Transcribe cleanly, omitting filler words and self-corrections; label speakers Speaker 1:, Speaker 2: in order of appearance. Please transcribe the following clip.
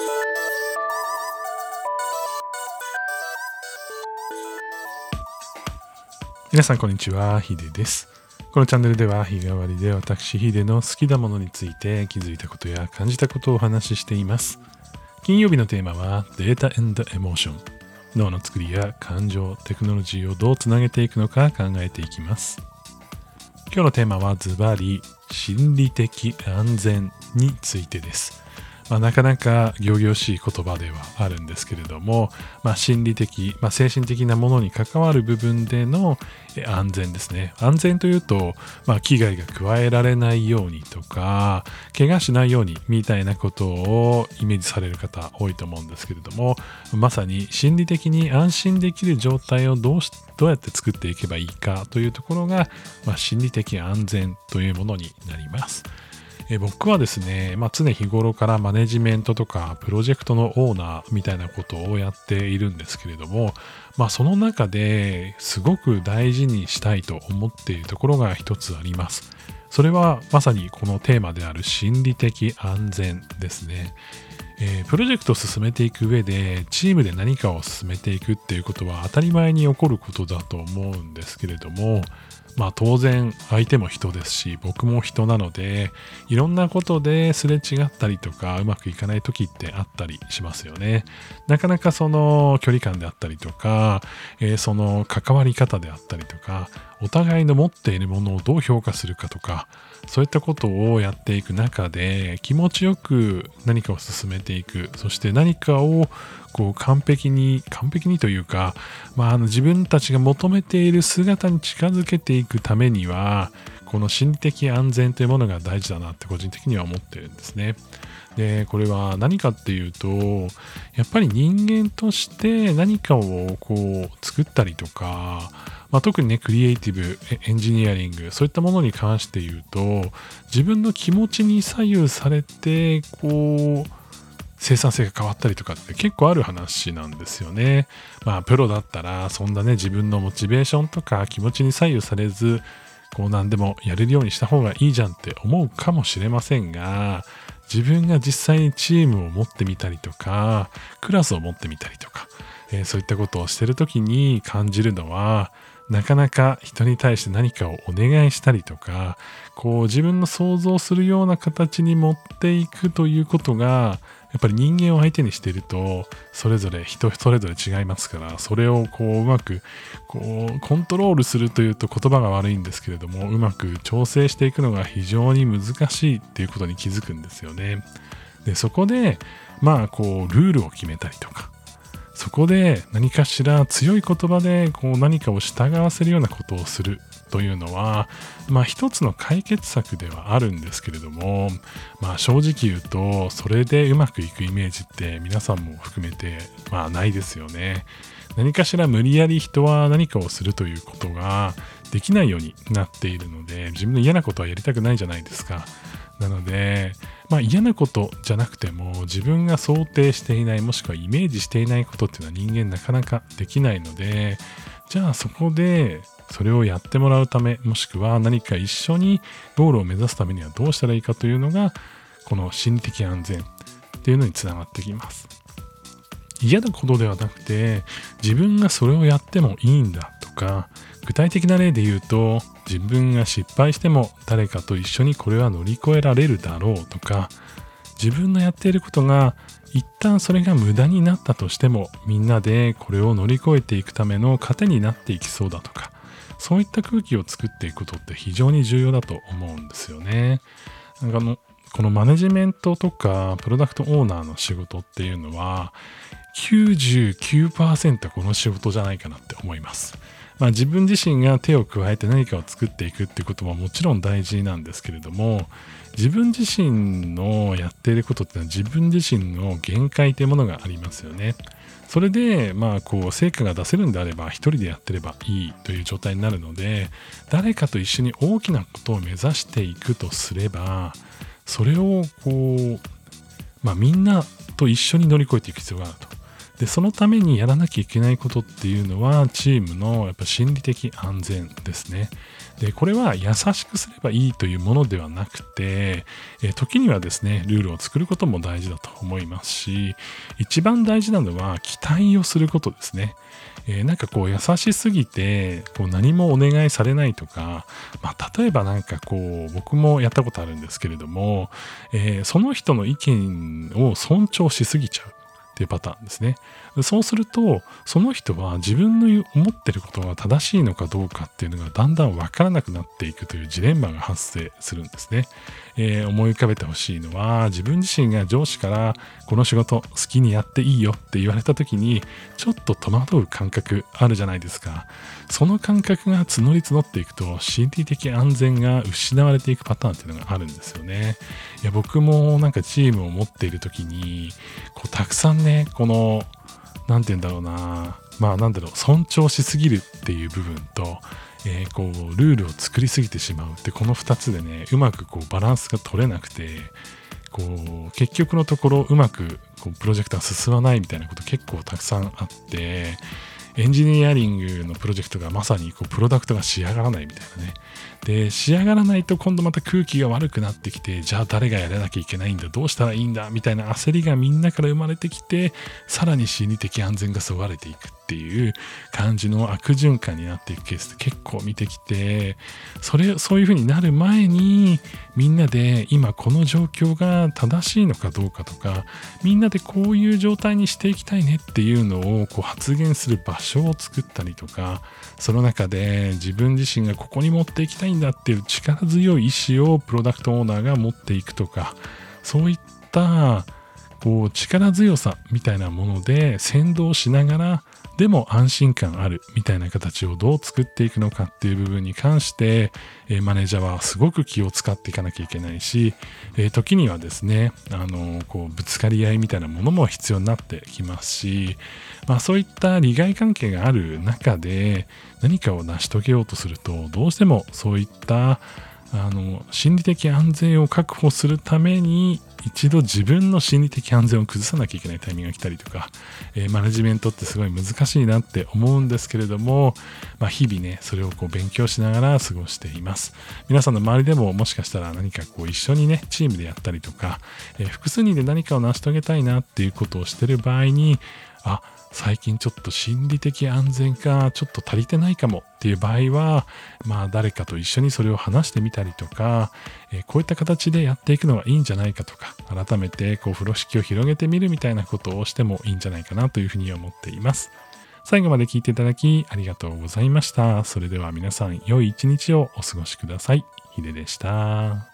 Speaker 1: 皆さんこんにちは、ヒデです。このチャンネルでは日替わりで私ヒデの好きなものについて気づいたことや感じたことをお話ししています。金曜日のテーマはデータ&エモーション。脳の作りや感情、テクノロジーをどうつなげていくのか考えていきます。今日のテーマはズバリ心理的安全についてです。なかなか仰々しい言葉ではあるんですけれども、心理的、精神的なものに関わる部分での安全ですね。安全というと、危害が加えられないようにとか、怪我しないようにみたいなことをイメージされる方多いと思うんですけれども、まさに心理的に安心できる状態をどうやって作っていけばいいかというところが、心理的安全というものになります。僕はですね、常日頃からマネジメントとかプロジェクトのオーナーみたいなことをやっているんですけれども、その中ですごく大事にしたいと思っているところが一つあります。それはまさにこのテーマである心理的安全ですね。プロジェクトを進めていく上でチームで何かを進めていくっていうことは当たり前に起こることだと思うんですけれども、当然相手も人ですし僕も人なのでいろんなことですれ違ったりとかうまくいかない時ってあったりしますよね。なかなかその距離感であったりとか、その関わり方であったりとかお互いの持っているものをどう評価するかとかそういったことをやっていく中で気持ちよく何かを進めていく、そして何かを完璧にというか、自分たちが求めている姿に近づけていくためにはこの心理的安全というものが大事だなって個人的には思ってるんですね。で、これは何かっていうと、やっぱり人間として何かを作ったりとか、特にね、クリエイティブ、エンジニアリング、そういったものに関して言うと、自分の気持ちに左右されて、生産性が変わったりとかって結構ある話なんですよね。プロだったら、そんなね、自分のモチベーションとか気持ちに左右されず、何でもやれるようにした方がいいじゃんって思うかもしれませんが、自分が実際にチームを持ってみたりとか、クラスを持ってみたりとか、そういったことをしてるときに感じるのは、なかなか人に対して何かをお願いしたりとか、自分の想像するような形に持っていくということが、やっぱり人間を相手にしていると、人それぞれ違いますから、それをうまくコントロールするというと言葉が悪いんですけれども、うまく調整していくのが非常に難しいっていうことに気づくんですよね。で、そこで、ルールを決めたりとか、そこで何かしら強い言葉で何かを従わせるようなことをするというのは、一つの解決策ではあるんですけれども、正直言うとそれでうまくいくイメージって皆さんも含めてないですよね。何かしら無理やり人は何かをするということができないようになっているので、自分の嫌なことはやりたくないじゃないですか。なので、嫌なことじゃなくても自分が想定していないもしくはイメージしていないことっていうのは人間なかなかできないので、じゃあそこでそれをやってもらうためもしくは何か一緒にゴールを目指すためにはどうしたらいいかというのがこの心理的安全っていうのにつながってきます。嫌なことではなくて自分がそれをやってもいいんだとか、具体的な例で言うと自分が失敗しても誰かと一緒にこれは乗り越えられるだろうとか、自分のやっていることが一旦それが無駄になったとしてもみんなでこれを乗り越えていくための糧になっていきそうだとか、そういった空気を作っていくことって非常に重要だと思うんですよね。このマネジメントとかプロダクトオーナーの仕事っていうのは 99% この仕事じゃないかなって思います。自分自身が手を加えて何かを作っていくっていうことももちろん大事なんですけれども、自分自身のやっていることってのは自分自身の限界というものがありますよね。それで成果が出せるんであれば一人でやってればいいという状態になるので、誰かと一緒に大きなことを目指していくとすれば、それをみんなと一緒に乗り越えていく必要があると。 で、そのためにやらなきゃいけないことっていうのは、チームのやっぱ心理的安全ですね。で、これは優しくすればいいというものではなくて、時にはですね、ルールを作ることも大事だと思いますし、一番大事なのは期待をすることですね。なんかこう優しすぎてこう何もお願いされないとか、例えばなんかこう僕もやったことあるんですけれども、その人の意見を尊重しすぎちゃうっていうパターンですね。そうするとその人は自分の思ってることが正しいのかどうかっていうのがだんだんわからなくなっていくというジレンマが発生するんですね。思い浮かべてほしいのは、自分自身が上司からこの仕事好きにやっていいよって言われた時にちょっと戸惑う感覚あるじゃないですか。その感覚が募り募っていくと心理的安全が失われていくパターンっていうのがあるんですよね。いや、僕もなんかチームを持っている時にこうたくさんね、このなんて言うんだろうな、尊重しすぎるっていう部分と、こうルールを作りすぎてしまうって、この2つでね、うまくこうバランスが取れなくて、こう結局のところうまくこうプロジェクトが進まないみたいなこと結構たくさんあって、エンジニアリングのプロジェクトがまさにこうプロダクトが仕上がらないみたいなね。で、仕上がらないと今度また空気が悪くなってきて、じゃあ誰がやらなきゃいけないんだ、どうしたらいいんだみたいな焦りがみんなから生まれてきて、さらに心理的安全がそがれていくっていう感じの悪循環になっていくケースって結構見てきて、そういう風になる前にみんなで今この状況が正しいのかどうかとか、みんなでこういう状態にしていきたいねっていうのをこう発言する場所を作ったりとか、その中で自分自身がここに持っていきたいんだっていう力強い意志をプロダクトオーナーが持っていくとか、そういったこう力強さみたいなもので先導しながら、でも安心感あるみたいな形をどう作っていくのかっていう部分に関して、マネージャーはすごく気を使っていかなきゃいけないし、時にはですね、こうぶつかり合いみたいなものも必要になってきますし、そういった利害関係がある中で何かを成し遂げようとすると、どうしてもそういった心理的安全を確保するために一度自分の心理的安全を崩さなきゃいけないタイミングが来たりとか、マネジメントってすごい難しいなって思うんですけれども、日々ね、それをこう勉強しながら過ごしています。皆さんの周りでももしかしたら何かこう一緒にね、チームでやったりとか、複数人で何かを成し遂げたいなっていうことをしてる場合に、最近ちょっと心理的安全がちょっと足りてないかもっていう場合は、誰かと一緒にそれを話してみたりとか、こういった形でやっていくのがいいんじゃないかとか、改めてこう風呂敷を広げてみるみたいなことをしてもいいんじゃないかなというふうに思っています。最後まで聞いていただきありがとうございました。それでは皆さん良い一日をお過ごしください。ヒデでした。